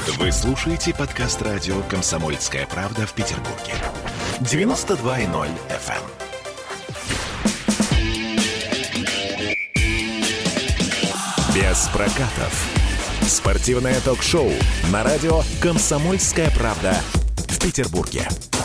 Вы слушаете подкаст радио «Комсомольская правда» в Петербурге. 92.0 FM. Без прокатов. Спортивное ток-шоу на радио «Комсомольская правда» в Петербурге.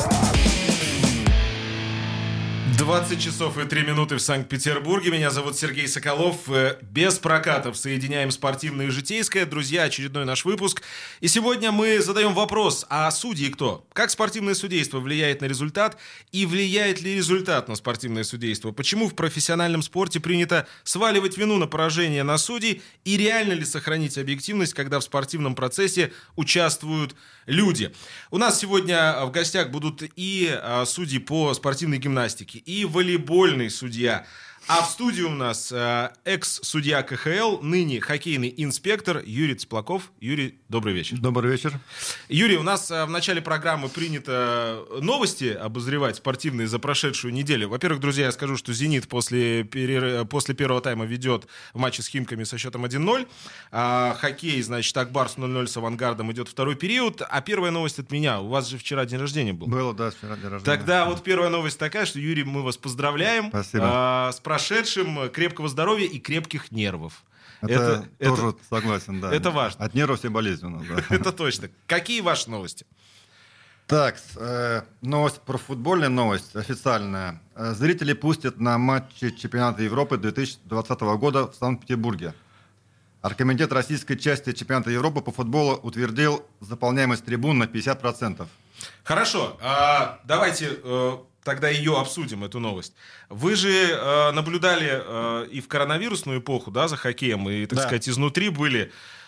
20 часов и 3 минуты в Санкт-Петербурге. Меня зовут Сергей Соколов. Без прокатов соединяем спортивное и житейское. Друзья, очередной наш выпуск. И сегодня мы задаем вопрос, а судьи кто? Как спортивное судейство влияет на результат? И влияет ли результат на спортивное судейство? Почему в профессиональном спорте принято сваливать вину на поражение на судей? И реально ли сохранить объективность, когда в спортивном процессе участвуют люди? У нас сегодня в гостях будут и судьи по спортивной гимнастике, и волейбольный судья. А в студии у нас экс-судья КХЛ, ныне хоккейный инспектор Юрий Цыплаков. Юрий, добрый вечер. Добрый вечер. Юрий, у нас в начале программы принято новости обозревать спортивные за прошедшую неделю. Во-первых, друзья, я скажу, что «Зенит» после первого тайма ведет в матче с «Химками» со счетом 1-0. Хоккей, значит, «Акбарс» 0-0 с «Авангардом» идет второй период. А первая новость от меня. У вас же вчера день рождения был. Было, да, вчера день рождения. Тогда вот первая новость такая, что, Юрий, мы вас поздравляем. Спасибо. С прошедшим, крепкого здоровья и крепких нервов. Это тоже согласен, да. Это важно. От нервов все болезни у нас, да. Это точно. Какие ваши новости? Так, новость про футбольную новость официальная. Зрители пустят на матчи чемпионата Европы 2020 года в Санкт-Петербурге. Оргкомитет российской части чемпионата Европы по футболу утвердил заполняемость трибун на 50%. Хорошо, давайте тогда ее обсудим, эту новость. Вы же наблюдали и в коронавирусную эпоху, да, за хоккеем, и, так сказать, изнутри были.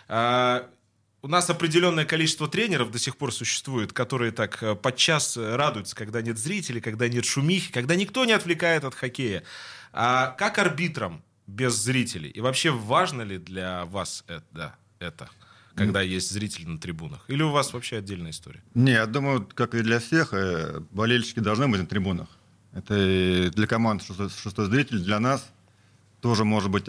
У нас определенное количество тренеров до сих пор существует, которые так подчас радуются, когда нет зрителей, когда нет шумихи, когда никто не отвлекает от хоккея. А как арбитрам без зрителей? И вообще важно ли для вас это? Когда есть зрители на трибунах? Или у вас вообще отдельная история? Не, я думаю, как и для всех, болельщики должны быть на трибунах. Это и для команд шестой зритель, для нас тоже, может быть,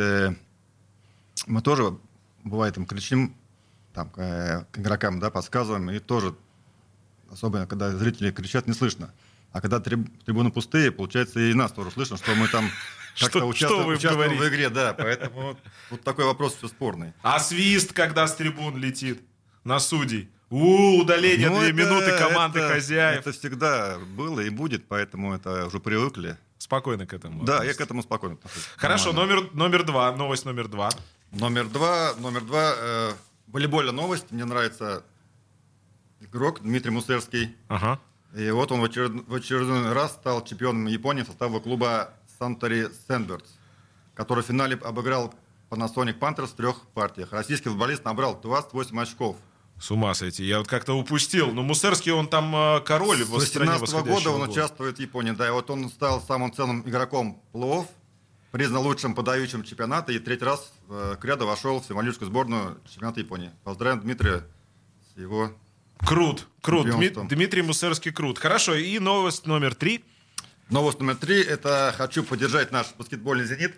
мы тоже, бывает, там, кричим там, к игрокам, да, подсказываем, и тоже, особенно, когда зрители кричат, не слышно. А когда трибуны пустые, получается, и нас тоже слышно, что мы там как-то участвуем в игре, да, поэтому вот такой вопрос все спорный. А свист, когда с трибун летит на судей? Удаление 2 минуты команды хозяев. Это всегда было и будет, поэтому это уже привыкли. Спокойно к этому. Да, я к этому спокойно. Хорошо, номер два, новость номер два. Номер два, волейбольная новость. Мне нравится игрок Дмитрий Мусерский. Ага. И вот он в очередной раз стал чемпионом Японии в составе клуба Suntory Sandbirds, который в финале обыграл Panasonic Panthers в 3 партиях. Российский футболист набрал 28 очков. С ума сойти, я вот как-то упустил. Но Мусерский, он там король в стране восходящего года. С 2018 года он участвует в Японии, да, и вот он стал самым ценным игроком плей-офф, признан лучшим подающим чемпионата и 3-й раз к ряду вошел в символическую сборную чемпионата Японии. Поздравляем Дмитрия с его... Крут. Дмитрий Мусерский крут. Хорошо, и новость номер 3. Новость номер 3, это хочу поддержать наш баскетбольный «Зенит».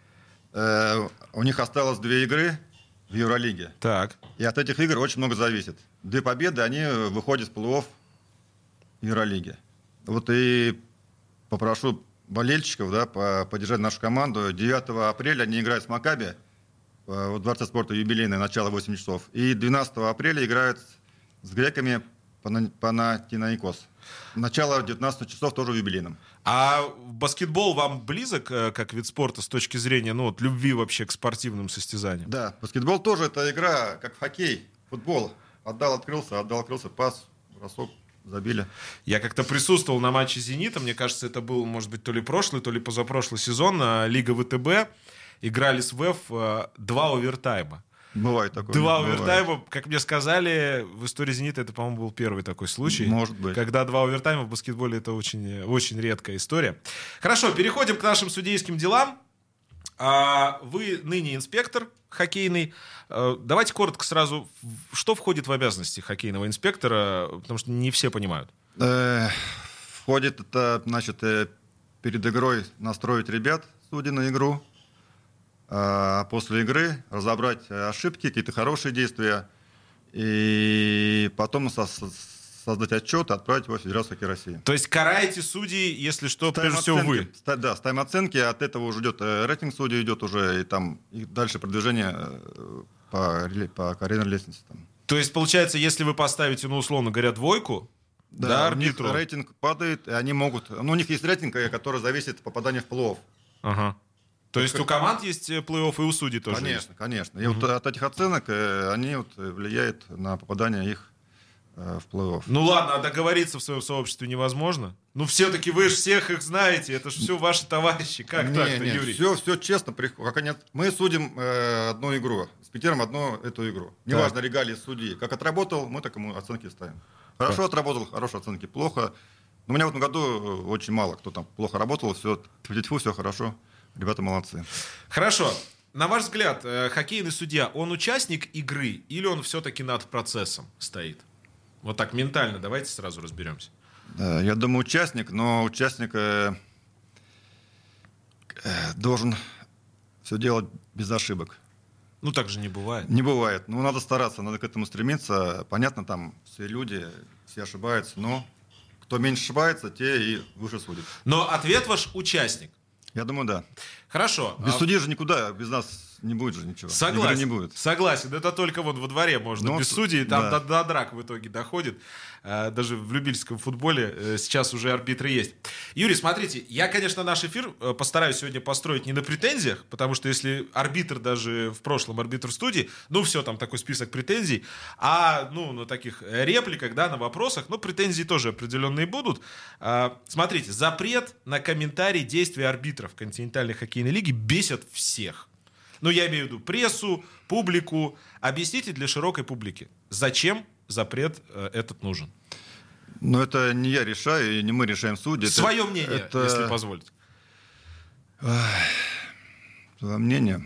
У них осталось 2 игры в Евролиге. Так. И от этих игр очень много зависит. 2 победы, они выходят в плей-офф Евролиги. Вот и попрошу болельщиков, да, поддержать нашу команду. 9 апреля они играют с «Макаби» в Дворце спорта «Юбилейное», начало 8 часов. И 12 апреля играют с греками Панатинаикос. Начало 19 часов тоже в юбилейном. А баскетбол вам близок как вид спорта с точки зрения любви вообще к спортивным состязаниям? Да, баскетбол тоже это игра, как в хоккей, футбол. Отдал, открылся, пас, бросок, забили. Я как-то присутствовал на матче «Зенита». Мне кажется, это был, может быть, то ли прошлый, то ли позапрошлый сезон. Лига ВТБ. Играли с ВЭФ 2 овертайма. Бывает такое. 2 овертайма, как мне сказали, в истории «Зенита» это, по-моему, был первый такой случай. Может быть. Когда 2 овертайма в баскетболе — это очень, очень редкая история. Хорошо, переходим к нашим судейским делам. Вы ныне инспектор хоккейный. Давайте коротко сразу, что входит в обязанности хоккейного инспектора, потому что не все понимают. Входит это, значит, перед игрой настроить ребят, судей на игру, после игры разобрать ошибки, какие-то хорошие действия, и потом создать отчет и отправить его в Федерацию хоккея России. То есть караете судей, если что, прежде всего вы? Да, ставим оценки, от этого уже идет рейтинг судей, идет уже и дальше продвижение по карьерной лестнице. Там. То есть, получается, если вы поставите, условно говоря, двойку, да, арбитру... у них рейтинг падает, и они могут... у них есть рейтинг, который зависит от попадания в плей-офф. Ага. То есть у команд есть плей-офф и у судей тоже есть? Конечно. И вот от этих оценок они влияют на попадание их в плей-офф. Ну ладно, а договориться в своем сообществе невозможно? Все-таки вы же всех их знаете, это же все ваши товарищи. Как так-то, Юрий? Все честно. Мы судим одну игру, с Питером одну эту игру. Неважно, регалии судьи. Как отработал, мы так ему оценки ставим. Хорошо отработал, хорошие оценки, плохо. Но у меня в этом году очень мало кто там плохо работал, все хорошо. Ребята молодцы. Хорошо. На ваш взгляд, хоккейный судья, он участник игры или он все-таки над процессом стоит? Вот так ментально давайте сразу разберемся. Да, я думаю, участник, но участник должен все делать без ошибок. Так же не бывает. Не бывает. Надо стараться, надо к этому стремиться. Понятно, там все люди, все ошибаются, но кто меньше ошибается, те и выше судят. Но ответ ваш участник. Я думаю, да. Хорошо. Без судьи же никуда, без нас не будет же ничего. Согласен. Не будет. Согласен. Это только во дворе можно. Без судей там до драк в итоге доходит. Даже в любительском футболе сейчас уже арбитры есть. Юрий, смотрите, я, конечно, наш эфир постараюсь сегодня построить не на претензиях, потому что если арбитр даже в прошлом арбитр в студии, все, там такой список претензий, а на таких репликах, на вопросах, претензии тоже определенные будут. Смотрите, запрет на комментарий действий арбитров континентальной хоккейной лиги бесит всех. Я имею в виду прессу, публику. Объясните для широкой публики, зачем запрет этот нужен? Это не я решаю, и не мы решаем судьи. Свое мнение, если позволите. Свое мнение.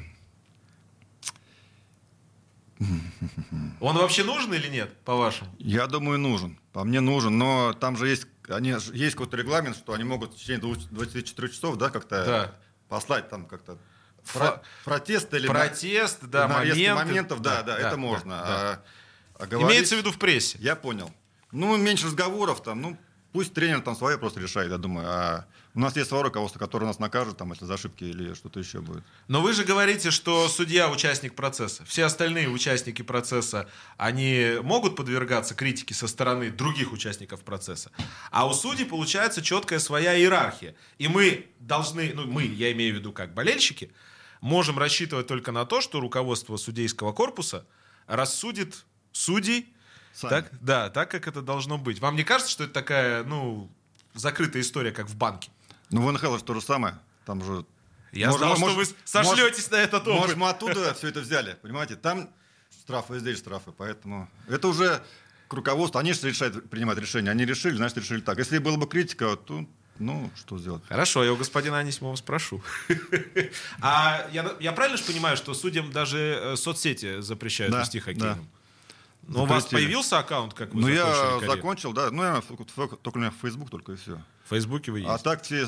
Он вообще нужен или нет, по-вашему? Я думаю, нужен. По мне нужен, но там же есть какой-то регламент, что они могут в течение 24 часов, как-то послать там как-то протест или моментов, это можно. Имеется в виду в прессе. Я понял. Меньше разговоров там, пусть тренер там свое просто решает, я думаю. А у нас есть свое руководство, которое нас накажет, там, если за ошибки или что-то еще будет. Но вы же говорите, что судья участник процесса. Все остальные участники процесса, они могут подвергаться критике со стороны других участников процесса. А у судей получается четкая своя иерархия. И мы должны, я имею в виду как болельщики, можем рассчитывать только на то, что руководство судейского корпуса рассудит судей так, как это должно быть. Вам не кажется, что это такая, закрытая история, как в банке? В НХЛ же то же самое. Там же... Я знал, что вы сошлетесь на этот опыт. Может, мы оттуда все это взяли, понимаете? Там штрафы, здесь штрафы, поэтому... Это уже к руководству, они же решают, принимать решения. Они решили, значит, решили так. Если была бы критика, то... что сделать? Хорошо, я у господина Анисимова спрошу. А я правильно же понимаю, что судьям даже соцсети запрещают вести хоккейным? Но у вас появился аккаунт, как вы закончили карьеру? Я закончил, да. Только у меня Facebook, только и все. В Фейсбуке вы есть? А так все,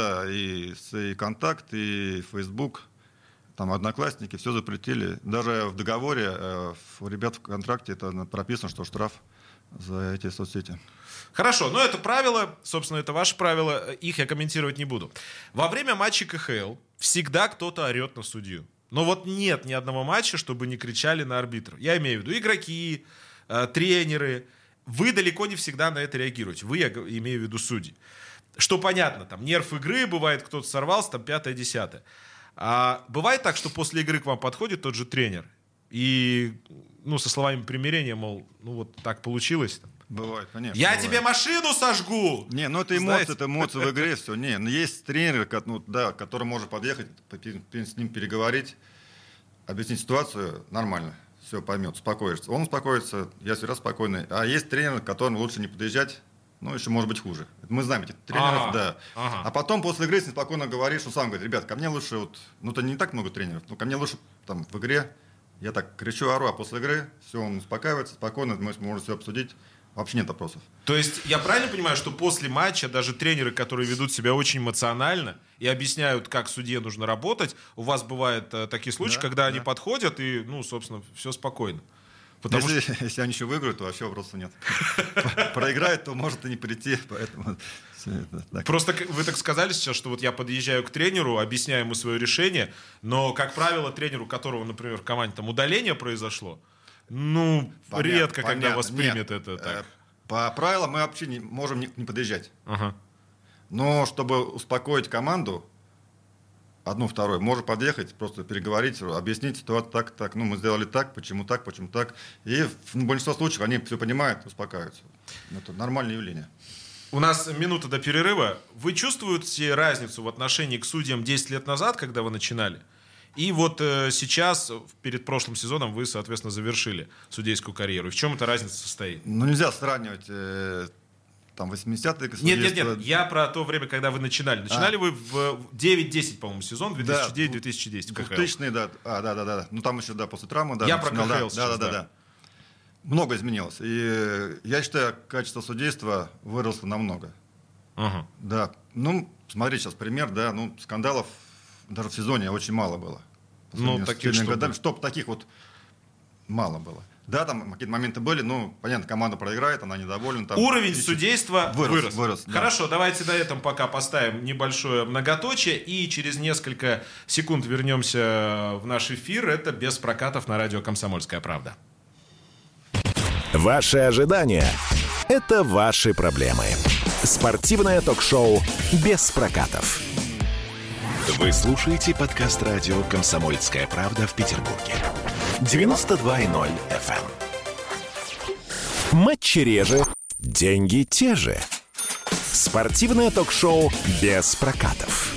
и Контакт, и Facebook, там Одноклассники, все запретили. Даже в договоре у ребят в контракте это прописано, что штраф за эти соцсети. Хорошо, это правило, собственно, это ваше правило, их я комментировать не буду. Во время матчей КХЛ всегда кто-то орет на судью. Но нет ни одного матча, чтобы не кричали на арбитров. Я имею в виду игроки, тренеры. Вы далеко не всегда на это реагируете. Вы, я имею в виду судьи. Что понятно, там нерв игры, бывает кто-то сорвался, там 5-10. А бывает так, что после игры к вам подходит тот же тренер и, со словами примирения, мол, так получилось. Бывает, конечно. Я тебе машину сожгу! Это эмоции, это эмоции в игре, все. Есть тренеры, который может подъехать, с ним переговорить, объяснить ситуацию нормально. Все поймет, успокоится. Он успокоится, я всегда спокойный. А есть тренер, которому лучше не подъезжать, еще может быть хуже. Мы знаем этих тренеров, да. А потом после игры с ним спокойно говоришь, он сам говорит, ребят, ко мне лучше, то не так много тренеров, но ко мне лучше там в игре, я так кричу, ору, а после игры все, он успокаивается, спокойно, мы можем все обсудить. Вообще нет вопросов. То есть я правильно понимаю, что после матча даже тренеры, которые ведут себя очень эмоционально и объясняют, как судье нужно работать, у вас бывают такие случаи, когда они подходят и, собственно, все спокойно. Если они еще выиграют, то вообще вопросов нет. Проиграют, то может и не прийти, поэтому... Просто вы так сказали сейчас, что вот я подъезжаю к тренеру, объясняю ему свое решение, но, как правило, тренеру, у которого, например, в команде там удаление произошло, редко когда воспримет это так. По правилам мы вообще не можем не подъезжать. Ага. Но чтобы успокоить команду, одну, вторую, можно подъехать, просто переговорить, объяснить ситуацию так. Мы сделали так, почему так. И в большинстве случаев они все понимают, успокаиваются. Это нормальное явление. У нас минута до перерыва. Вы чувствуете разницу в отношении к судьям 10 лет назад, когда вы начинали? И вот сейчас, перед прошлым сезоном, вы, соответственно, завершили судейскую карьеру. И в чем эта разница состоит? Нельзя сравнивать там 80-е. Нет, я про то время, когда вы начинали. Начинали вы в 9-10, по-моему, сезон, 2009-2010 в КХЛ. 2000-е, да. Ну там еще, после травмы. Да, я про КХЛ сейчас, да. Много изменилось. И я считаю, качество судейства выросло намного. Ага. Да. Смотри, сейчас пример, скандалов даже в сезоне очень мало было. Таких чтобы таких вот мало было. Да, там какие-то моменты были, понятно, команда проиграет, она недовольна. Там уровень судейства вырос. Да. Хорошо, давайте на этом пока поставим небольшое многоточие и через несколько секунд вернемся в наш эфир. Это «Без прокатов» на радио «Комсомольская правда». Ваши ожидания – это ваши проблемы. Спортивное ток-шоу «Без прокатов». Вы слушаете подкаст радио «Комсомольская правда» в Петербурге. 92.0 FM. Матчи реже, деньги те же. Спортивное ток-шоу «Без прокатов».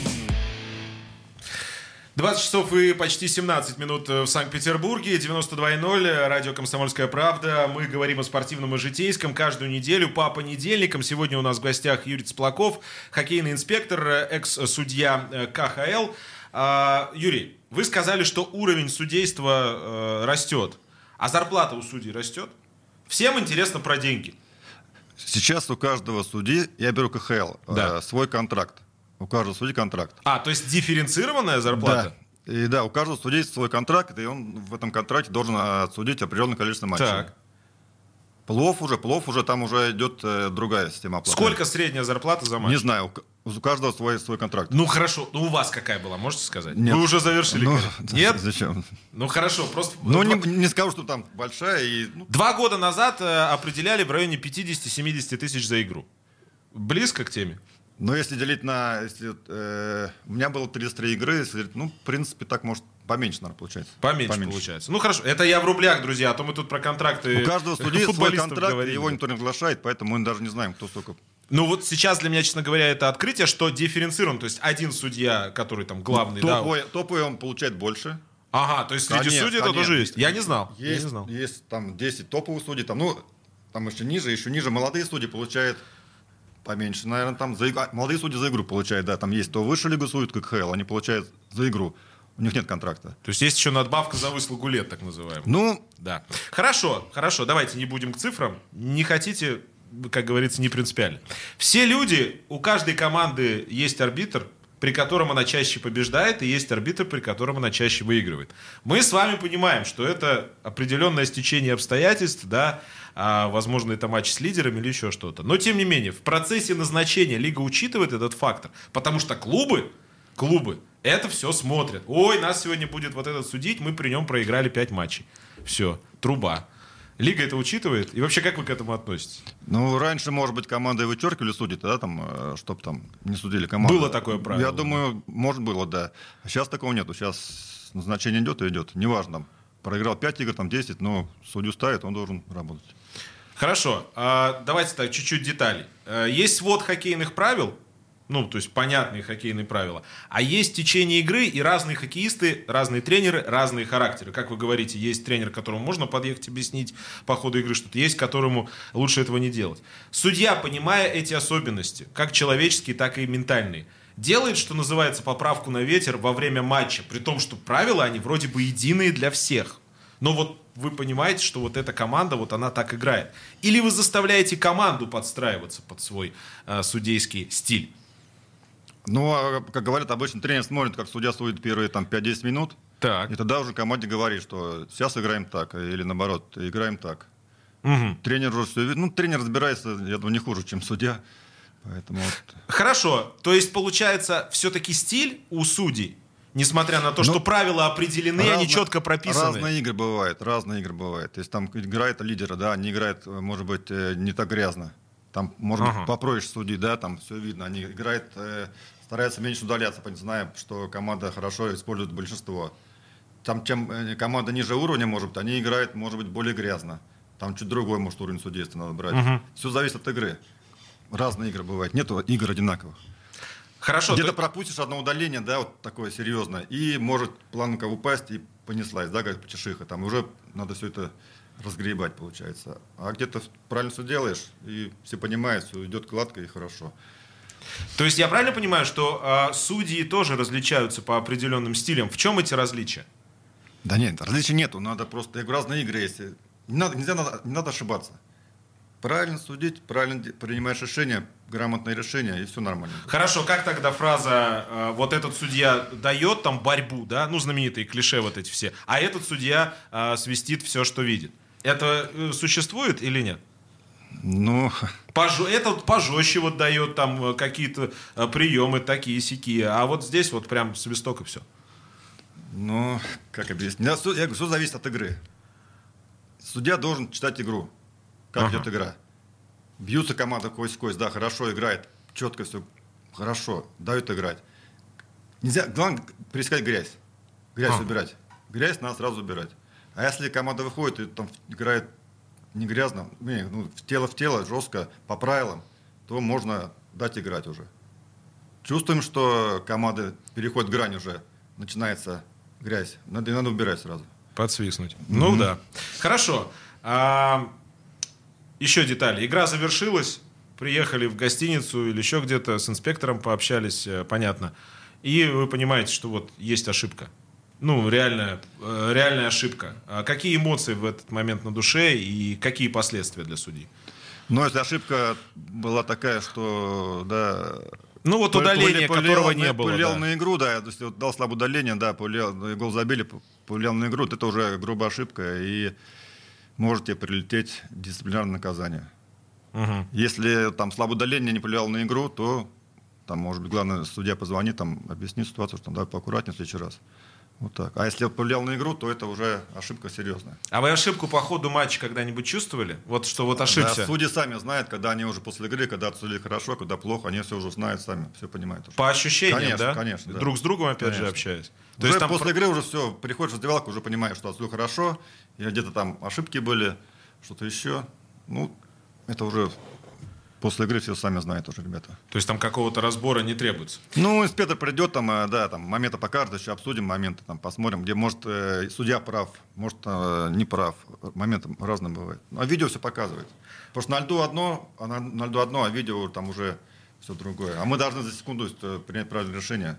20 часов и почти 17 минут в Санкт-Петербурге, 92.0, радио «Комсомольская правда». Мы говорим о спортивном и житейском каждую неделю по понедельникам. Сегодня у нас в гостях Юрий Цыплаков, хоккейный инспектор, экс-судья КХЛ. Юрий, вы сказали, что уровень судейства растет, а зарплата у судей растет? Всем интересно про деньги. Сейчас у каждого судьи, я беру КХЛ, свой контракт. У каждого судьи контракт. То есть дифференцированная зарплата? Да. И да, у каждого судьи свой контракт, и он в этом контракте должен отсудить определенное количество матчей. Так. Плов уже, там уже идет другая система оплаты. Сколько средняя зарплата за матч? Не знаю, у каждого свой контракт. Хорошо, у вас какая была, можете сказать? Нет. Вы уже завершили? Нет? Зачем? Хорошо, просто... Не скажу, что там большая. 2 года назад определяли в районе 50-70 тысяч за игру. Близко к теме? Но если делить на... у меня было 33 игры, если делить, в принципе, так может поменьше, наверное, получается. Поменьше получается. Хорошо, это я в рублях, друзья, а то мы тут про контракты. У каждого судьи свой контракт, говорили. Его никто не оглашает, поэтому мы даже не знаем, кто столько... Сейчас для меня, честно говоря, это открытие, что дифференцирован, то есть один судья, который там главный... Топовый он получает больше. Ага, то есть среди судей это тоже есть. Я не знал. Есть там 10 топовых судей, там еще ниже молодые судьи получают... Поменьше, наверное, там молодые судьи за игру получают, да, там есть кто выше лигу судит, как КХЛ, они получают за игру, у них нет контракта. То есть есть еще надбавка за выслугу лет, так называемая. Да. Хорошо, давайте не будем к цифрам, не хотите, как говорится, не принципиально. Все люди, у каждой команды есть арбитр, при котором она чаще побеждает, и есть арбитр, при котором она чаще выигрывает. Мы с вами понимаем, что это определенное стечение обстоятельств, да, возможно, это матч с лидерами или еще что-то. Но, тем не менее, в процессе назначения лига учитывает этот фактор, потому что клубы это все смотрят. Ой, нас сегодня будет вот этот судить, мы при нем проиграли 5 матчей. Все, труба. Лига это учитывает? И вообще, как вы к этому относитесь? Раньше, может быть, команды вычеркивали судьи, чтобы там не судили команду. Было такое правило? Я думаю, может, было, да. А сейчас такого нету. Сейчас назначение идет и идет. Неважно, проиграл 5 игр, 10, но судью ставит, он должен работать. Хорошо. Давайте так, чуть-чуть деталей. Есть свод хоккейных правил, то есть понятные хоккейные правила, а есть течение игры и разные хоккеисты, разные тренеры, разные характеры. Как вы говорите, есть тренер, которому можно подъехать объяснить по ходу игры что-то, есть которому лучше этого не делать. Судья, понимая эти особенности, как человеческие, так и ментальные, делает, что называется, поправку на ветер во время матча, при том, что правила, они вроде бы единые для всех. Но вы понимаете, что эта команда, она так играет. Или вы заставляете команду подстраиваться под свой судейский стиль? Как говорят, обычно тренер смотрит, как судья судит первые 5-10 минут, Так. И тогда уже команде говорит, что сейчас играем так, или наоборот, играем так. Угу. Тренер уже все видит. Ну, тренер разбирается, я думаю, не хуже, чем судья. Поэтому вот. Хорошо. То есть, получается, все-таки стиль у судей, несмотря на то, что правила определены, они четко прописаны. Разные игры бывают. То есть там играет лидера, да, они играют, может быть, не так грязно. Там, может быть, попроще судей, да, там все видно. Они играют, стараются меньше удаляться, зная, что команда хорошо использует большинство. Там, чем команда ниже уровня, может быть, они играют, может быть, более грязно. Там чуть другой, может, уровень судейства надо брать. Все зависит от игры. Разные игры бывают. Нету игр одинаковых. Хорошо. Где-то пропустишь одно удаление, да, вот такое серьезное, и может планка упасть и понеслась, да, как чешиха. Там уже надо все это разгребать, получается. А где-то правильно все делаешь, и все понимают, все идет гладко и хорошо. То есть я правильно понимаю, что судьи тоже различаются по определенным стилям? В чем эти различия? Да нет, различий нету. Надо просто разные игры есть. Не надо ошибаться. Правильно судить, правильно принимаешь решение, грамотное решение, и все нормально. Хорошо, как тогда фраза вот этот судья дает там борьбу, да, ну знаменитые клише вот эти все, а этот судья свистит все, что видит. Это существует или нет? Ну... Этот пожестче вот дает там какие-то приемы такие-сякие, а вот здесь вот прям свисток и все. Ну, как объяснить? Я говорю, все зависит от игры. Судья должен читать игру. Как идет игра. Бьются команда кость в кость, да, хорошо играет, четко все, хорошо, дают играть. Нельзя, главное, пересекать грязь. Грязь убирать. Грязь надо сразу убирать. А если команда выходит и там играет не грязно, в тело, жестко, по правилам, то можно дать играть уже. Чувствуем, что команда переходит грань уже, начинается грязь, надо убирать сразу. Подсвистнуть. Ну да. Хорошо. Еще детали. Игра завершилась, приехали в гостиницу или еще где-то, с инспектором пообщались, понятно. И вы понимаете, что вот есть ошибка. Ну, реальная ошибка. А какие эмоции в этот момент на душе и какие последствия для судей? Ну, если ошибка была такая, что, да... Ну, вот удаление, которого не было. Повлиял на игру, да, то есть вот дал слабое удаление, да, гол забили, повлиял на игру, это уже грубая ошибка, и можете прилететь дисциплинарное наказание. Если там слабое удаление не повлияло на игру, то там, может быть, главное, судья позвонит, там, объяснит ситуацию, что давай поаккуратнее в следующий раз. Вот так. А если повлиял на игру, то это уже ошибка серьезная. А вы ошибку по ходу матча когда-нибудь чувствовали? Вот что вот ошибся? Да, судьи сами знают, когда они уже после игры, когда отсудили хорошо, когда плохо, они все уже знают сами, все понимают уже. По ощущениям, конечно, да? Конечно, да. Друг с другом, опять конечно. же, общаясь. То есть там после игры уже все, приходишь в раздевалку, уже понимаешь, что отсудил хорошо, или где-то там ошибки были, что-то еще. Ну, это уже... После игры все сами знают уже, ребята. То есть там какого-то разбора не требуется? Ну, инспектор придет, там, да, там моменты покажет, еще обсудим моменты, там, посмотрим, где, может, судья прав, может, не прав. Моменты разные бывают. А видео все показывает. Потому что на льду одно, а видео там уже все другое. А мы должны за секунду принять правильное решение.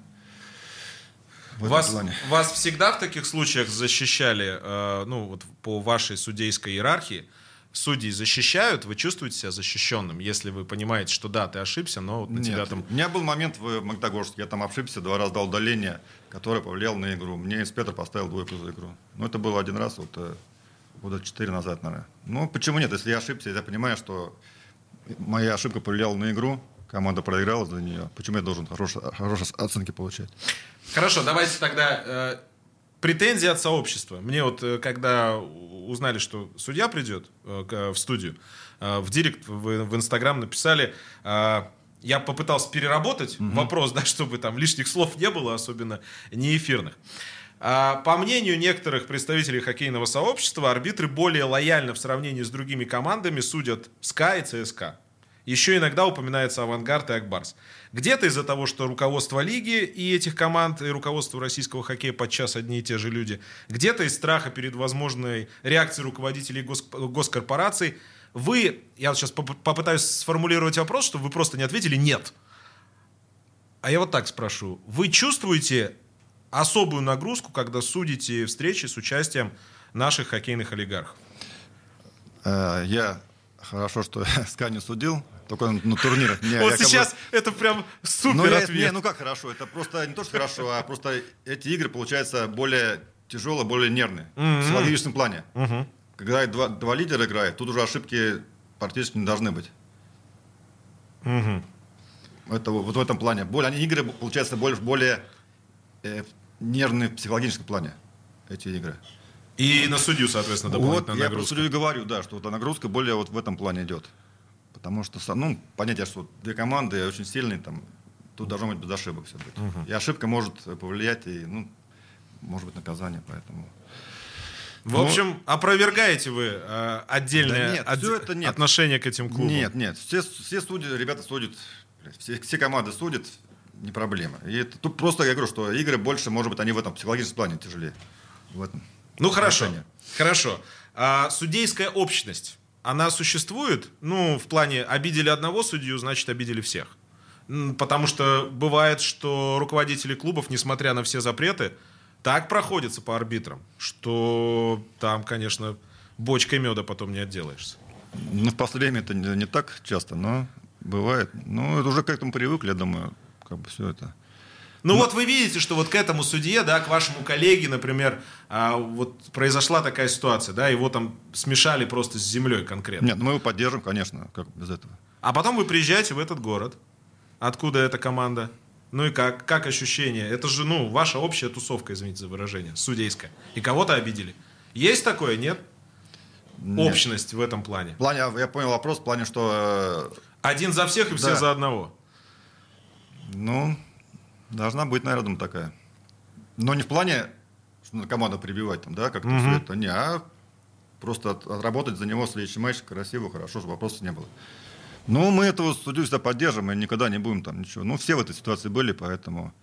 Вас всегда в таких случаях защищали, ну, вот по вашей судейской иерархии, судьи защищают, вы чувствуете себя защищенным, если вы понимаете, что да, ты ошибся, но вот на тебя там... У меня был момент в Магнитогорске, я там ошибся, 2 раза дал удаление, которое повлияло на игру. Мне инспектор поставил 2 за игру. Но это было 1 раз, вот года 4 назад, наверное. Ну, почему нет? Если я ошибся, я понимаю, что моя ошибка повлияла на игру, команда проиграла за нее. Почему я должен хорошие оценки получать? Хорошо, давайте тогда... Претензии от сообщества. Мне вот, когда узнали, что судья придет в студию, в директ, в Инстаграм написали, я попытался переработать вопрос, да, чтобы там лишних слов не было, особенно не эфирных. По мнению некоторых представителей хоккейного сообщества, арбитры более лояльно в сравнении с другими командами судят СКА и ЦСКА. Еще иногда упоминается «Авангард» и «Акбарс». Где-то из-за того, что руководство лиги и этих команд, и руководство российского хоккея подчас одни и те же люди. Где-то из страха перед возможной реакцией руководителей госкорпораций. Я вот сейчас попытаюсь сформулировать вопрос, чтобы вы просто не ответили «нет». А я вот так спрошу. Вы чувствуете особую нагрузку, когда судите встречи с участием наших хоккейных олигархов? Я хорошо, что СКА не судил, только на турнирах. Вот сейчас это прям супер ответ. Ну как хорошо, это просто не то, что хорошо, а просто эти игры, получаются, более тяжелые, более нервные, в психологическом плане. Когда два лидера играют, тут уже ошибки практически не должны быть. Это вот в этом плане. Они игры, получается, более нервные в психологическом плане, эти игры. И на судью, соответственно, дополнительная нагрузка. Я про судью и говорю, да, что нагрузка более вот в этом плане идет. Потому что, понятие, что две команды очень сильные, там, тут должно быть без ошибок все быть. И ошибка может повлиять, и, может быть, наказание, поэтому... В общем, опровергаете вы отдельное отношение к этим клубам? Нет. Все судьи, ребята судят, все команды судят, не проблема. И тут просто я говорю, что игры больше, может быть, они в этом психологическом плане тяжелее. В этом. Хорошо. А судейская общность, она существует? В плане, обидели одного судью, значит, обидели всех. Потому что бывает, что руководители клубов, несмотря на все запреты, так проходятся по арбитрам, что там, конечно, бочкой меда потом не отделаешься. В последнее время это не так часто, но бывает. Это уже к этому привыкли, я думаю, все это. Вот вы видите, что вот к этому судье, да, к вашему коллеге, например, вот произошла такая ситуация, да, его там смешали просто с землей конкретно. Нет, мы его поддержим, конечно, как без этого. А потом вы приезжаете в этот город. Откуда эта команда? И как ощущение? Это же, ваша общая тусовка, извините за выражение, судейская. И кого-то обидели. Есть такое, нет? Общность в этом плане. Я понял вопрос в плане, что... Один за всех и все за одного. Должна быть, наверное, такая. Но не в плане, что надо команду прибивать, там, да, как-то все это, а просто отработать за него следующий матч красиво, хорошо, чтобы вопросов не было. Мы этого судью всегда поддержим и никогда не будем там ничего. Все в этой ситуации были, поэтому...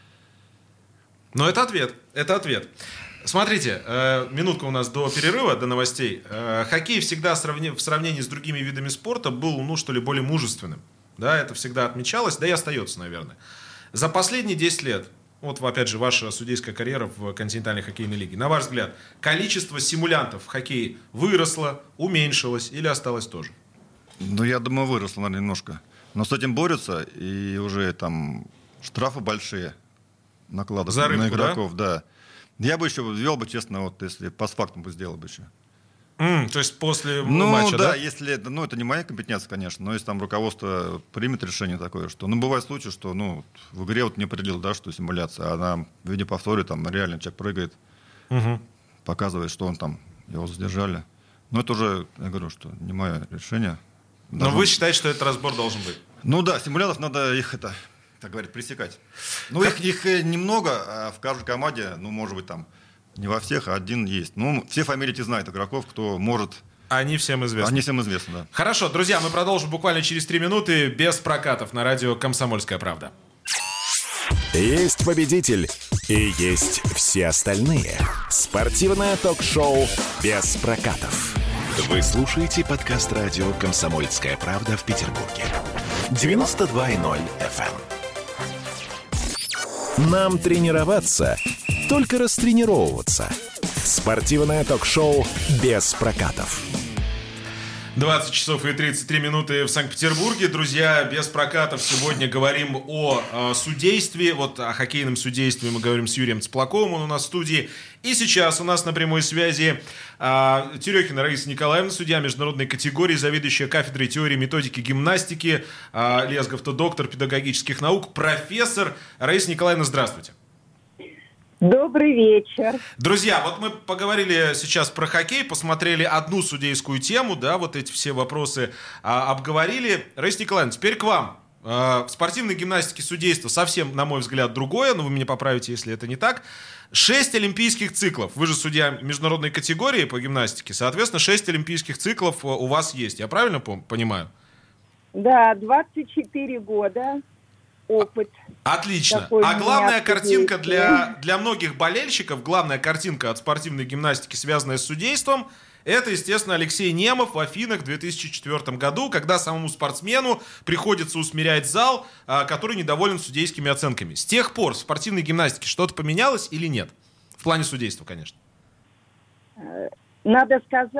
Это ответ. Смотрите, минутка у нас до перерыва, до новостей. Хоккей всегда в сравнении с другими видами спорта был, более мужественным. Да, это всегда отмечалось, да и остается, наверное. За последние 10 лет, опять же, ваша судейская карьера в континентальной хоккейной лиге, на ваш взгляд, количество симулянтов в хоккее выросло, уменьшилось или осталось тоже? Я думаю, выросло, наверное, немножко. Но с этим борются, и уже там штрафы большие накладывают на игроков. Да? Я бы еще ввел, честно, если постфактум бы сделал бы еще. То есть после матча, да? Если это не моя компетенция, конечно, но если там руководство примет решение такое, что, бывает случаи, что, в игре не определил, да, что симуляция, а на в виде повторе там реально человек прыгает, показывает, что он там, его задержали. Это уже, я говорю, что не мое решение. Но вы считаете, что этот разбор должен быть? Симулянтов надо их, так говорят, пресекать. Их немного, а в каждой команде, может быть, там, не во всех, а один есть. Все фамилии знают игроков, кто может... Они всем известны. Да. Хорошо, друзья, мы продолжим буквально через 3 минуты без прокатов на радио «Комсомольская правда». Есть победитель и есть все остальные. Спортивное ток-шоу «Без прокатов». Вы слушаете подкаст радио «Комсомольская правда» в Петербурге. 92.0 FM. Нам тренироваться, только растренировываться. Спортивное ток-шоу «Без прокатов». 20 часов и 33 минуты в Санкт-Петербурге. Друзья, без прокатов сегодня говорим о судействе. О хоккейном судействе мы говорим с Юрием Цыплаковым, он у нас в студии. И сейчас у нас на прямой связи Терехина Раиса Николаевна, судья международной категории, заведующая кафедрой теории и методики гимнастики, Лесгов-то доктор педагогических наук, профессор. Раиса Николаевна, здравствуйте. Добрый вечер. Друзья, мы поговорили сейчас про хоккей, посмотрели одну судейскую тему, да, эти все вопросы обговорили. Раиса Николаевна, теперь к вам. В спортивной гимнастике судейство совсем, на мой взгляд, другое, но вы меня поправите, если это не так. 6 олимпийских циклов. Вы же судья международной категории по гимнастике, соответственно, 6 олимпийских циклов у вас есть. Я правильно понимаю? Да, 24 года. Опыт. Отлично. А главная картинка для многих болельщиков, главная картинка от спортивной гимнастики, связанная с судейством, это, естественно, Алексей Немов в Афинах в 2004 году, когда самому спортсмену приходится усмирять зал, который недоволен судейскими оценками. С тех пор в спортивной гимнастике что-то поменялось или нет? В плане судейства, конечно. Надо сказать,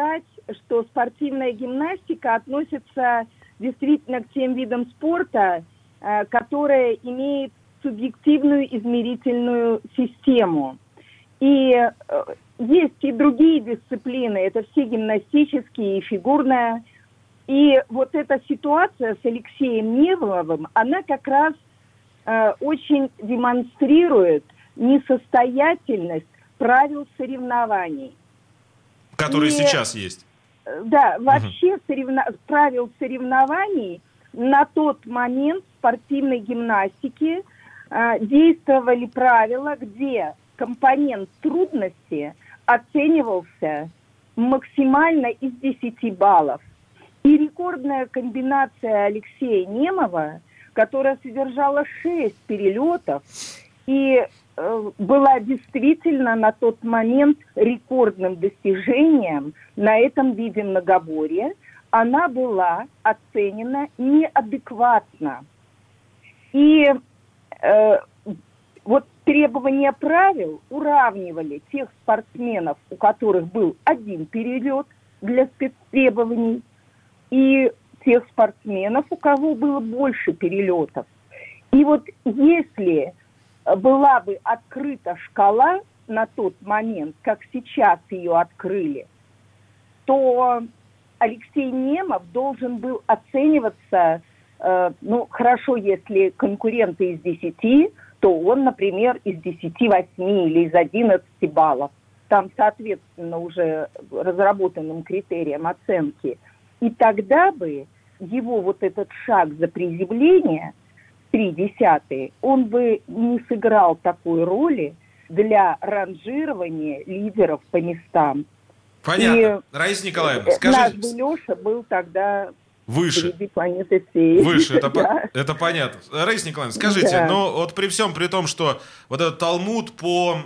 что спортивная гимнастика относится действительно к тем видам спорта, которые имеют субъективную измерительную систему. И есть и другие дисциплины, это все гимнастические и фигурная. И вот эта ситуация с Алексеем Немовым, она как раз очень демонстрирует несостоятельность правил соревнований. Которые сейчас есть. Да, вообще правил соревнований на тот момент в спортивной гимнастике действовали правила, где компонент трудности оценивался максимально из 10 баллов. И рекордная комбинация Алексея Немова, которая содержала 6 перелетов и была действительно на тот момент рекордным достижением на этом виде многоборья, она была оценена неадекватно. И вот требования правил уравнивали тех спортсменов, у которых был один перелет для спецтребований, и тех спортсменов, у кого было больше перелетов. И вот если была бы открыта шкала на тот момент, как сейчас ее открыли, то Алексей Немов должен был оцениваться, хорошо, если конкуренты из 10, то он, например, из 10-8 или из 11 баллов. Там, соответственно, уже разработанным критериям оценки. И тогда бы его вот этот шаг за приземление, 3/10, он бы не сыграл такой роли для ранжирования лидеров по местам. Понятно. И Раиса Николаевна, скажите... Наш бы Леша был тогда... Выше. Планеты всей. Выше, да. Это понятно. Раиса Николаевна, скажите, да. вот при всем при том, что вот этот талмуд по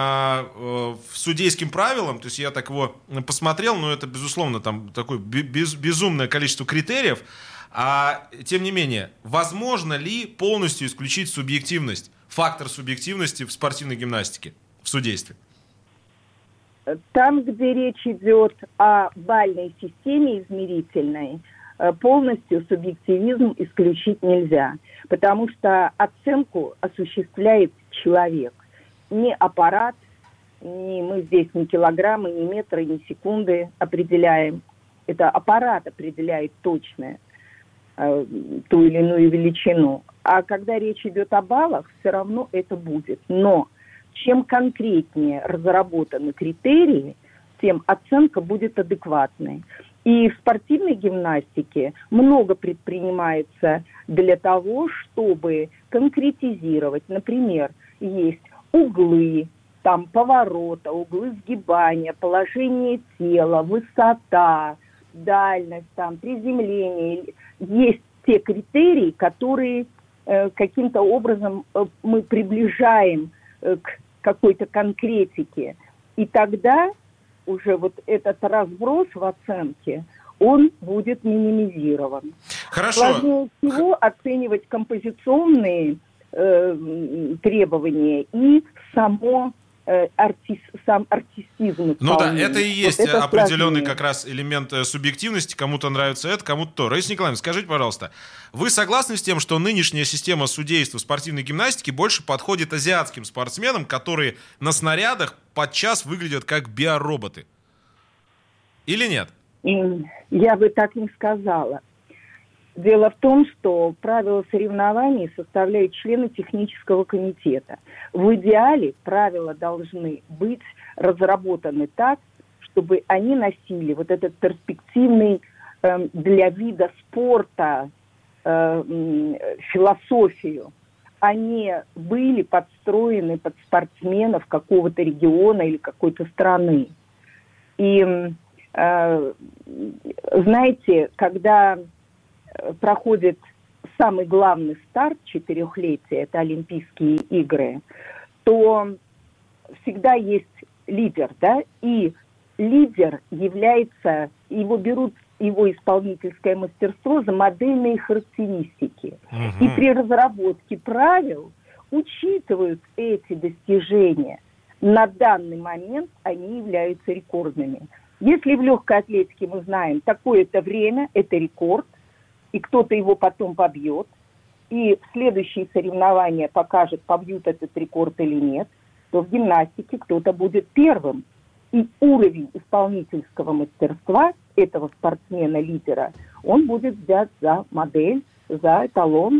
судейским правилам, то есть я так его посмотрел, но это, безусловно, там такое безумное количество критериев, тем не менее, возможно ли полностью исключить субъективность, фактор субъективности в спортивной гимнастике, в судействе? Там, где речь идет о бальной системе измерительной, полностью субъективизм исключить нельзя, потому что оценку осуществляет человек. Не аппарат, не мы здесь ни килограммы, ни метры, ни секунды определяем. Это аппарат определяет точно ту или иную величину. А когда речь идет о баллах, все равно это будет. Но чем конкретнее разработаны критерии, тем оценка будет адекватной. И в спортивной гимнастике много предпринимается для того, чтобы конкретизировать. Например, есть углы, там поворота, углы сгибания, положение тела, высота, дальность, там, приземление. Есть те критерии, которые каким-то образом мы приближаем к какой-то конкретике. И тогда уже вот этот разброс в оценке, он будет минимизирован. Хорошо. Сложнее всего оценивать композиционные требования и сам артистизм. Ну да, это и есть вот это определенный сложнее. как раз элемент субъективности. Кому-то нравится это, кому-то то. Раиса Николаевна, скажите, пожалуйста, вы согласны с тем, что нынешняя система судейства в спортивной гимнастике больше подходит азиатским спортсменам, которые на снарядах подчас выглядят как биороботы? Или нет? Я бы так не сказала. Дело в том, что правила соревнований составляют члены технического комитета. В идеале правила должны быть разработаны так, чтобы они носили вот этот перспективный для вида спорта философию. Они были подстроены под спортсменов какого-то региона или какой-то страны. И знаете, когда проходит самый главный старт четырехлетия, это Олимпийские игры, то всегда есть лидер, да, и лидер является, его берут, его исполнительское мастерство за модельные характеристики. И при разработке правил учитывают эти достижения. На данный момент они являются рекордными. Если в легкой атлетике мы знаем, такое-то время, это рекорд, и кто-то его потом побьет, и в следующие соревнования покажет, побьют этот рекорд или нет, то в гимнастике кто-то будет первым. И уровень исполнительского мастерства этого спортсмена-лидера, он будет взят за модель, за эталон,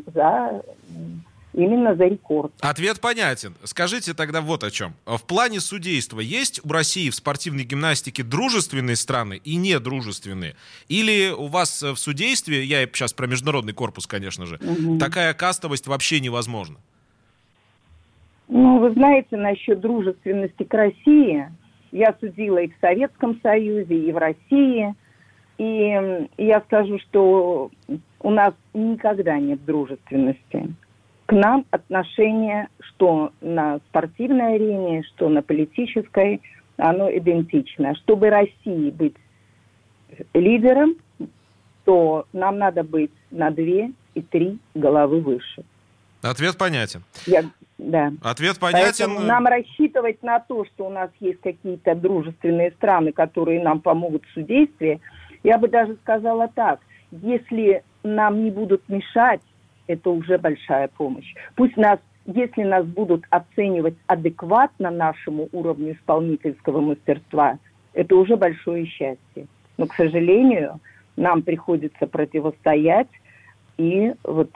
именно за рекорд. Ответ понятен. Скажите тогда вот о чем. В плане судейства есть у России в спортивной гимнастике дружественные страны и недружественные? Или у вас в судействе, я сейчас про международный корпус, конечно же, такая кастовость вообще невозможна? Ну, вы знаете, насчет дружественности к России, я судила и в Советском Союзе, и в России, и я скажу, что у нас никогда нет дружественности. К нам отношение, что на спортивной арене, что на политической, оно идентично. Чтобы России быть лидером, то нам надо быть на 2 и 3 головы выше. Ответ понятен. Да. Ответ понятен. Поэтому нам рассчитывать на то, что у нас есть какие-то дружественные страны, которые нам помогут в судействе, я бы даже сказала так. Если нам не будут мешать, это уже большая помощь. Пусть если нас будут оценивать адекватно нашему уровню исполнительского мастерства, это уже большое счастье. Но, к сожалению, нам приходится противостоять и вот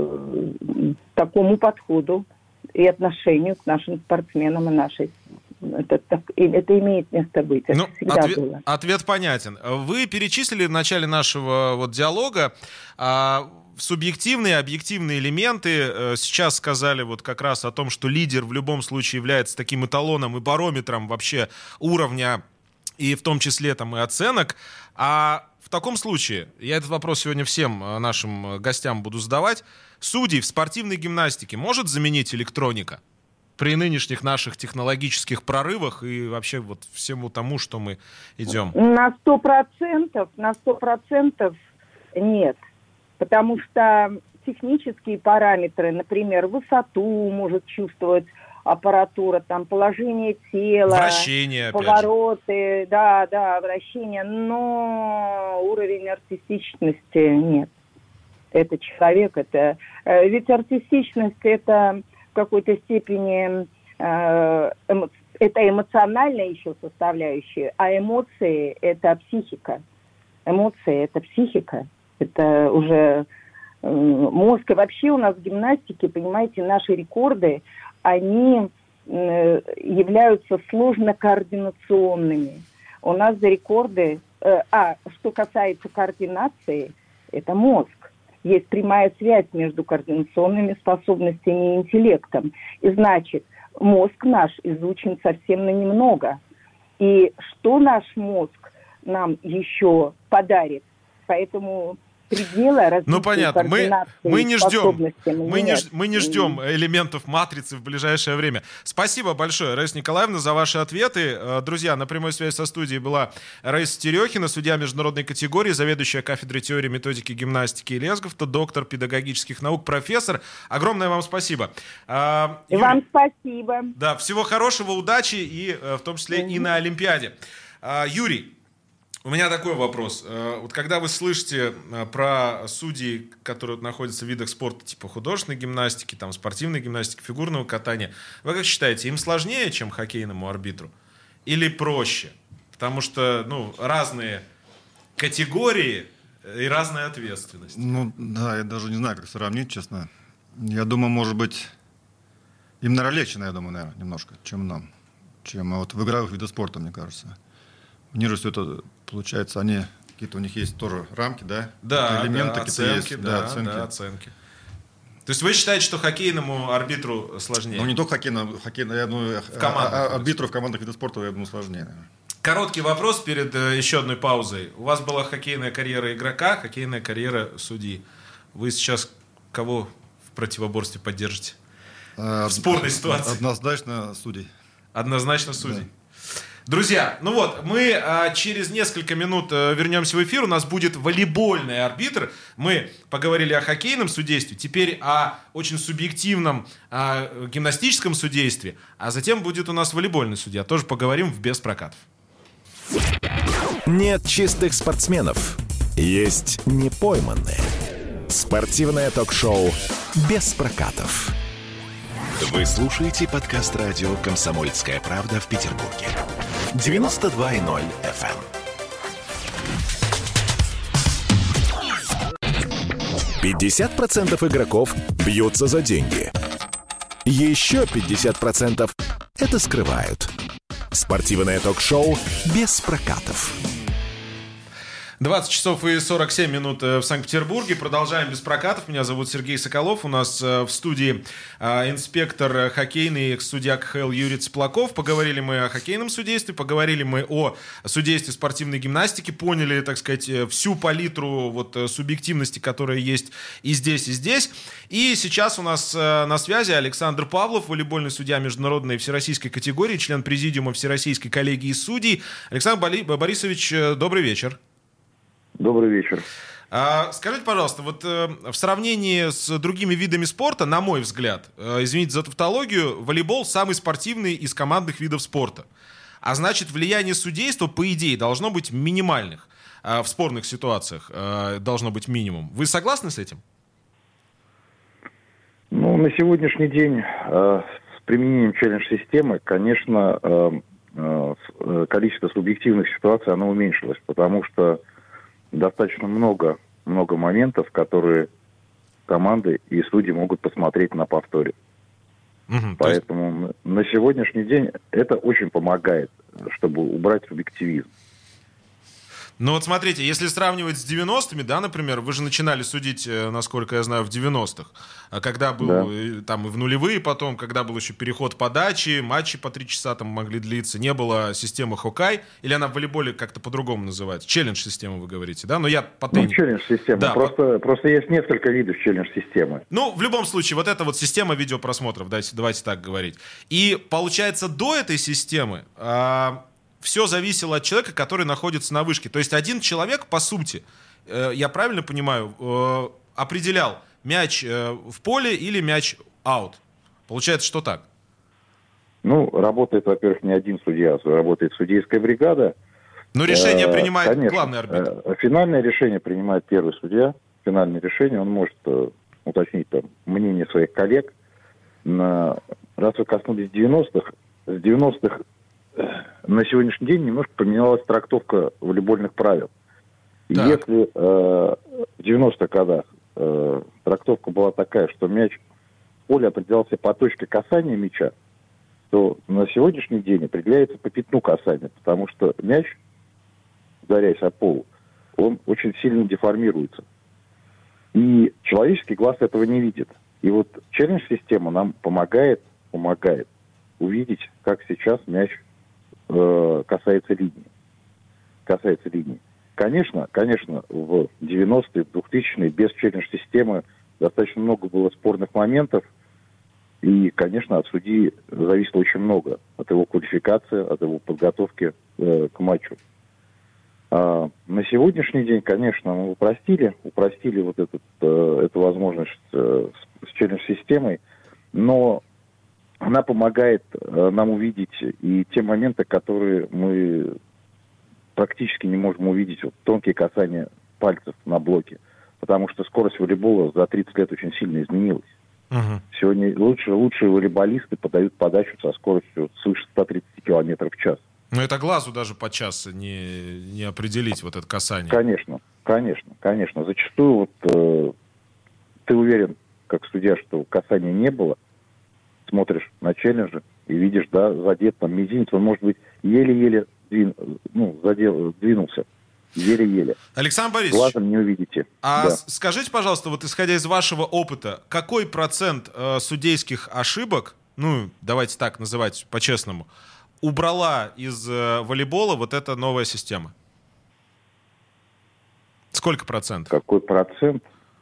такому подходу и отношению к нашим спортсменам и нашей. Это имеет место быть. Это всегда было. Ответ понятен. Вы перечислили в начале нашего диалога субъективные и объективные элементы. Сейчас сказали вот как раз о том, что лидер в любом случае является таким эталоном и барометром вообще уровня, и в том числе там и оценок. А в таком случае, я этот вопрос сегодня всем нашим гостям буду задавать, судей в спортивной гимнастике может заменить электроника при нынешних наших технологических прорывах и вообще вот всему тому, что мы идем? На 100% нет. Потому что технические параметры, например, высоту может чувствовать аппаратура, там положение тела, вращение, повороты, вращение, но уровень артистичности нет. Это человек, ведь артистичность это в какой-то степени это эмоциональная еще составляющая, а эмоции это психика. Эмоции это психика. Это уже мозг. И вообще у нас в гимнастике, понимаете, наши рекорды, они являются сложно-координационными. У нас за рекорды... что касается координации, это мозг. Есть прямая связь между координационными способностями и интеллектом. И значит, мозг наш изучен совсем на немного. И что наш мозг нам еще подарит? Поэтому предела развития понятно. Мы не ждем нет. элементов матрицы в ближайшее время. Спасибо большое, Раиса Николаевна, за ваши ответы. Друзья, на прямой связи со студией была Раиса Терехина, судья международной категории, заведующая кафедрой теории и методики гимнастики и Лесговта, доктор педагогических наук, профессор. Огромное вам спасибо. И вам спасибо. Да, всего хорошего, удачи, и в том числе и на Олимпиаде. Юрий, у меня такой вопрос. Вот когда вы слышите про судей, которые находятся в видах спорта типа художественной гимнастики, там, спортивной гимнастики, фигурного катания, вы как считаете, им сложнее, чем хоккейному арбитру? Или проще? Потому что разные категории и разная ответственность. Я даже не знаю, как сравнить, честно. Я думаю, может быть, им, наверное, легче, наверное, немножко, чем нам. Чем вот в игровых видах спорта, мне кажется. У них же все это, получается, какие-то у них есть тоже рамки, да? Да, элементы, оценки, есть, оценки. То есть вы считаете, что хоккейному арбитру сложнее? Не только хоккейному, я думаю, арбитру в командных видах спорта, я думаю, сложнее, наверное. Короткий вопрос перед еще одной паузой. У вас была хоккейная карьера игрока, хоккейная карьера судьи. Вы сейчас кого в противоборстве поддержите? В спорной ситуации. Однозначно судей. Однозначно судей. Да. Друзья, мы через несколько минут вернемся в эфир. У нас будет волейбольный арбитр. Мы поговорили о хоккейном судействе, теперь о очень субъективном гимнастическом судействе, а затем будет у нас волейбольный судья. Тоже поговорим в «Без прокатов». Нет чистых спортсменов, есть непойманные. Спортивное ток-шоу «Без прокатов». Вы слушаете подкаст радио «Комсомольская правда» в Петербурге. 92.0 FM. %50 игроков бьются за деньги. Еще 50% это скрывают. Спортивное ток-шоу «Без прокатов». 20 часов и 47 минут в Санкт-Петербурге. Продолжаем без прокатов. Меня зовут Сергей Соколов. У нас в студии инспектор хоккейный, судья КХЛ Юрий Цыплаков. Поговорили мы о хоккейном судействе, поговорили мы о судействе спортивной гимнастики, поняли, так сказать, всю палитру вот субъективности, которая есть и здесь, и здесь. И сейчас у нас на связи Александр Павлов, волейбольный судья международной всероссийской категории, член президиума Всероссийской коллегии судей. Александр Борисович, добрый вечер. Добрый вечер. Скажите, пожалуйста, вот в сравнении с другими видами спорта, на мой взгляд, извините за тавтологию, волейбол самый спортивный из командных видов спорта. А значит, влияние судейства, по идее, должно быть минимальных. В спорных ситуациях должно быть минимум. Вы согласны с этим? Ну, на сегодняшний день с применением челлендж-системы, конечно, количество субъективных ситуаций, оно уменьшилось, потому что достаточно много моментов, которые команды и судьи могут посмотреть на повторе. Поэтому на сегодняшний день это очень помогает, чтобы убрать субъективизм. Ну вот смотрите, если сравнивать с 90-ми, да, например, вы же начинали судить, насколько я знаю, в 90-х, когда был там и в нулевые потом, когда был еще переход подачи, матчи по 3 часа там могли длиться, не было системы Хоккай, или она в волейболе как-то по-другому называется? Челлендж-система, вы говорите, да? Но я по теннису. Ну, челлендж-система. Да, просто есть несколько видов челлендж-системы. Ну, в любом случае, вот эта вот система видеопросмотров, давайте так говорить. И получается, до этой системы все зависело от человека, который находится на вышке. То есть один человек, по сути, я правильно понимаю, определял, мяч в поле или мяч аут. Получается, что так? Ну, работает, во-первых, не один судья, работает судейская бригада. Но решение принимает, конечно, главный арбитр. Финальное решение принимает первый судья. Финальное решение, он может уточнить там мнение своих коллег. Раз вы коснулись 90-х, с 90-х на сегодняшний день немножко поменялась трактовка волейбольных правил. Так. Если в 90-х годах трактовка была такая, что мяч в поле определялся по точке касания мяча, то на сегодняшний день определяется по пятну касания, потому что мяч, ударяясь о пол, он очень сильно деформируется. И человеческий глаз этого не видит. И вот челлендж-система нам помогает увидеть, как сейчас мяч касается линии. Конечно, в 90-е, в 2000-е без челлендж-системы достаточно много было спорных моментов, и, конечно, от судьи зависело очень много, от его квалификации, от его подготовки к матчу. На сегодняшний день, конечно, мы упростили вот эту возможность с челлендж-системой, но она помогает нам увидеть и те моменты, которые мы практически не можем увидеть. Вот тонкие касания пальцев на блоке. Потому что скорость волейбола за 30 лет очень сильно изменилась. Сегодня лучшие волейболисты подают подачу со скоростью свыше 130 км в час. Но это глазу даже подчас не определить, вот это касание. Конечно. Зачастую ты уверен, как судья, что касания не было, смотришь на челленджи и видишь, да, задет там мизинец, он, может быть, еле-еле двинулся. Еле-еле. Александр Борисович, глазом не увидите. Скажите, пожалуйста, вот исходя из вашего опыта, какой процент судейских ошибок, ну, давайте так называть по-честному, убрала из волейбола вот эта новая система? Сколько процентов? Какой процент?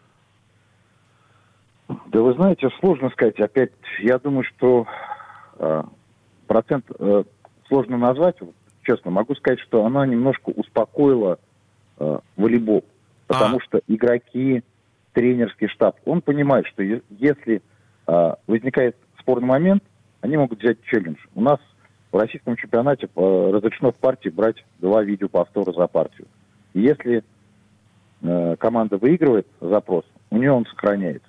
Да вы знаете, сложно сказать. Опять, я думаю, что процент сложно назвать. Честно, могу сказать, что она немножко успокоила волейбол. Потому что игроки, тренерский штаб, он понимает, что если возникает спорный момент, они могут взять челлендж. У нас в российском чемпионате разрешено в партии брать 2 видеоповтора за партию. И если команда выигрывает запрос, у нее он сохраняется.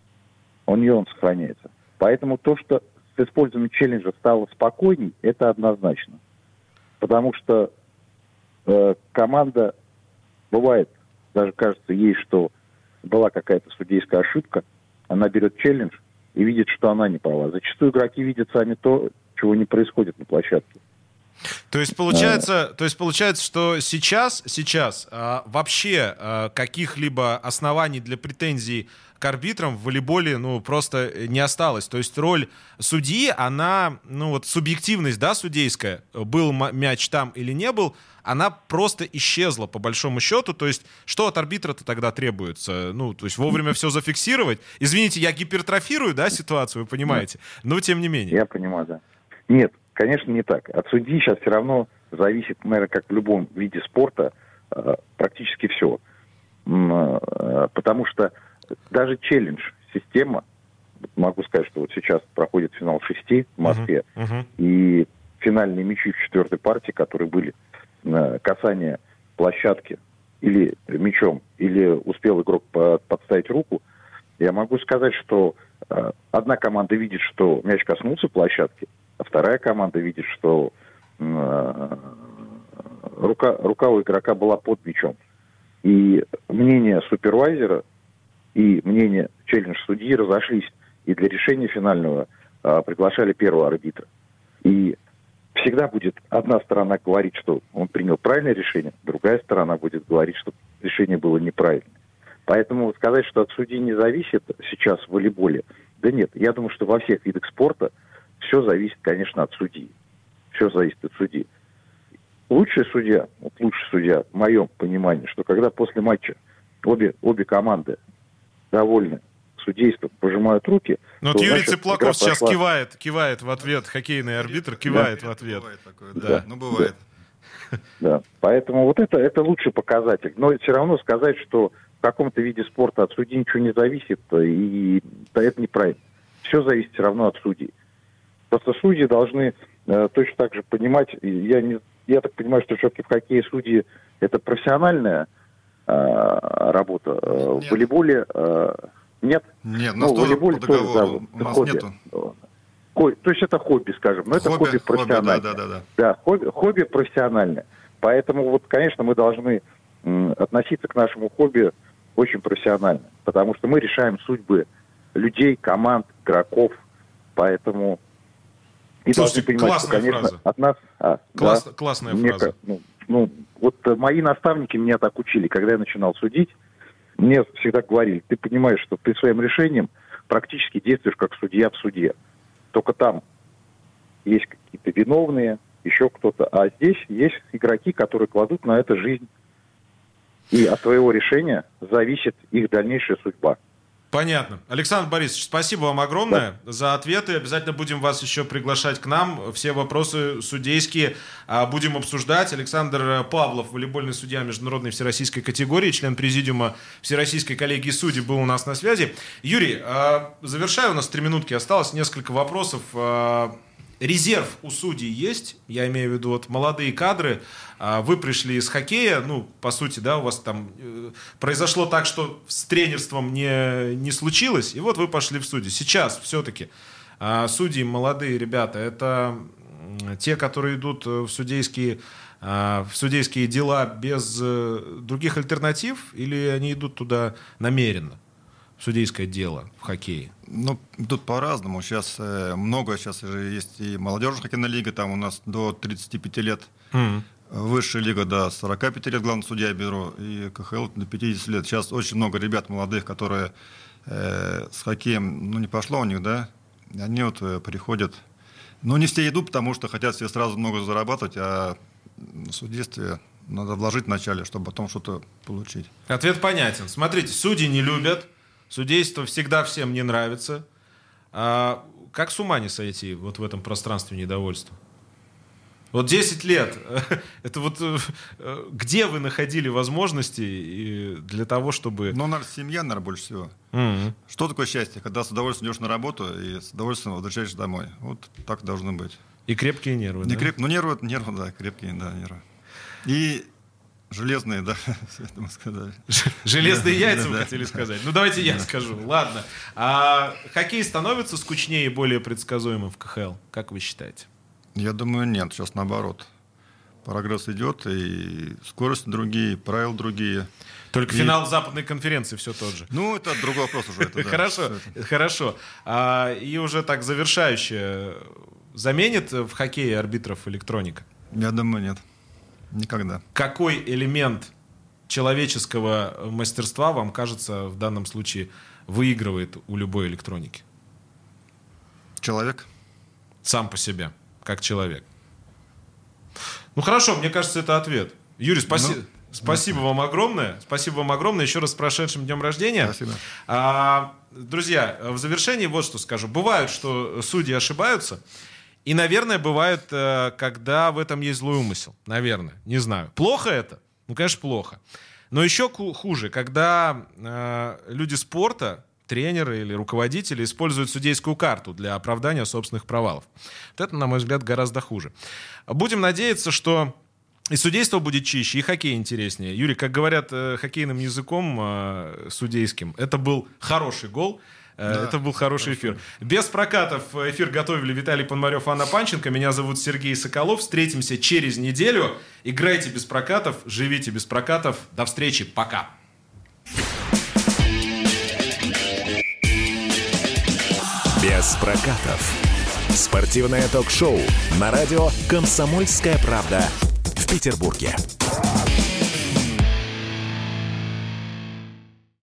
Поэтому то, что с использованием челленджа стало спокойней, это однозначно. Потому что команда, бывает, даже кажется ей, что была какая-то судейская ошибка, она берет челлендж и видит, что она не права. Зачастую игроки видят сами то, чего не происходит на площадке. То есть получается, что сейчас вообще каких-либо оснований для претензий к арбитрам в волейболе просто не осталось. То есть роль судьи, она, субъективность, да, судейская, был мяч там или не был, она просто исчезла по большому счету. То есть что от арбитра-то тогда требуется? То есть вовремя все зафиксировать. Извините, я гипертрофирую, да, ситуацию, вы понимаете, но тем не менее. Я понимаю, да. Нет, конечно, не так. От судьи сейчас все равно зависит, наверное, как в любом виде спорта, практически все. Потому что даже челлендж, система, могу сказать, что вот сейчас проходит финал 6 в Москве, и финальные мячи в 4-й партии, которые были, касание площадки или мячом, или успел игрок подставить руку, я могу сказать, что одна команда видит, что мяч коснулся площадки, а вторая команда видит, что рука у игрока была под мячом. И мнение супервайзера и мнение челлендж-судьи разошлись. И для решения финального приглашали первого арбитра. И всегда будет одна сторона говорить, что он принял правильное решение, другая сторона будет говорить, что решение было неправильное. Поэтому сказать, что от судьи не зависит сейчас в волейболе, да нет. Я думаю, что во всех видах спорта все зависит, конечно, от судьи. Все зависит от судьи. Лучший судья, в моем понимании, что когда после матча обе команды довольны судейством, пожимают руки. Вот Юрий Цыплаков сейчас кивает в ответ, хоккейный арбитр кивает в ответ. Бывает такое, да. Бывает. Да, поэтому вот это лучший показатель. Но все равно сказать, что в каком-то виде спорта от судьи ничего не зависит, и это неправильно. Все зависит все равно от судей. Просто судьи должны точно так же понимать, я так понимаю, что все-таки в хоккее судьи это профессиональная работа. В волейболе нет. Нет, у нас тоже по договору. У нас нету. То есть это хобби, скажем, но это хобби профессиональное. Да, хобби профессиональное. Поэтому вот, конечно, мы должны относиться к нашему хобби очень профессионально, потому что мы решаем судьбы людей, команд, игроков, поэтому и слушайте, должны понимать, что, конечно, фраза. От нас... Классная фраза. Вот мои наставники меня так учили, когда я начинал судить, мне всегда говорили, ты понимаешь, что ты своим решением практически действуешь как судья в суде. Только там есть какие-то виновные, еще кто-то. А здесь есть игроки, которые кладут на это жизнь. И от твоего решения зависит их дальнейшая судьба. Понятно. Александр Борисович, спасибо вам огромное за ответы. Обязательно будем вас еще приглашать к нам. Все вопросы судейские будем обсуждать. Александр Павлов, волейбольный судья международной всероссийской категории, член президиума Всероссийской коллегии судей, был у нас на связи. Юрий, завершаю, у нас 3 минутки осталось, несколько вопросов. Резерв у судей есть, я имею в виду вот молодые кадры, вы пришли из хоккея, по сути, да, у вас там произошло так, что с тренерством не случилось, и вот вы пошли в судьи. Сейчас все-таки судьи, молодые ребята, это те, которые идут в судейские дела без других альтернатив, или они идут туда намеренно? Судейское дело в хоккее? Тут по-разному. Сейчас же есть и молодежная хоккейная лига, там у нас до 35 лет. Высшая лига до 45 лет, главный судья бюро, и КХЛ до 50 лет. Сейчас очень много ребят молодых, которые с хоккеем, не пошло у них, да, они приходят. Не все идут, потому что хотят себе сразу много зарабатывать, а в судействе надо вложить вначале, чтобы потом что-то получить. Ответ понятен. Смотрите, судьи не любят, судейство всегда всем не нравится. Как с ума не сойти вот в этом пространстве недовольства? Вот 10 лет, это вот где вы находили возможности для того, чтобы... Наверное, семья, больше всего. Что такое счастье? Когда с удовольствием идешь на работу и с удовольствием возвращаешься домой. Вот так должно быть. И крепкие нервы, да? Нервы, да, крепкие, да, нервы. И железные, да, все это мы сказали. Железные яйца вы хотели сказать. Ну, давайте я скажу. Ладно. А хоккей становится скучнее и более предсказуемым в КХЛ? Как вы считаете? Я думаю, нет. Сейчас наоборот. Прогресс идет, и скорости другие, правила другие. Только финал западной конференции все тот же. Ну, это другой вопрос уже. Хорошо. И уже так завершающе. Заменит в хоккее арбитров электроника? Я думаю, нет. Никогда. Какой элемент человеческого мастерства, вам кажется, в данном случае выигрывает у любой электроники? Человек. Сам по себе, как человек. Ну хорошо, мне кажется, это ответ. Юрий, спасибо вам огромное. Спасибо вам огромное. Еще раз с прошедшим днем рождения. Спасибо. Друзья, в завершении вот что скажу. Бывает, что судьи ошибаются. И, наверное, бывает, когда в этом есть злой умысел. Наверное, не знаю. Плохо это? Ну, конечно, плохо. Но еще хуже, когда люди спорта, тренеры или руководители используют судейскую карту для оправдания собственных провалов. Вот это, на мой взгляд, гораздо хуже. Будем надеяться, что и судейство будет чище, и хоккей интереснее. Юрий, как говорят хоккейным языком судейским, это был хороший гол. Да, это был хороший эфир. Без прокатов эфир готовили Виталий Пономарев, Анна Панченко. Меня зовут Сергей Соколов. Встретимся через неделю. Играйте без прокатов, живите без прокатов. До встречи. Пока. Без прокатов. Спортивное ток-шоу на радио «Комсомольская правда» в Петербурге.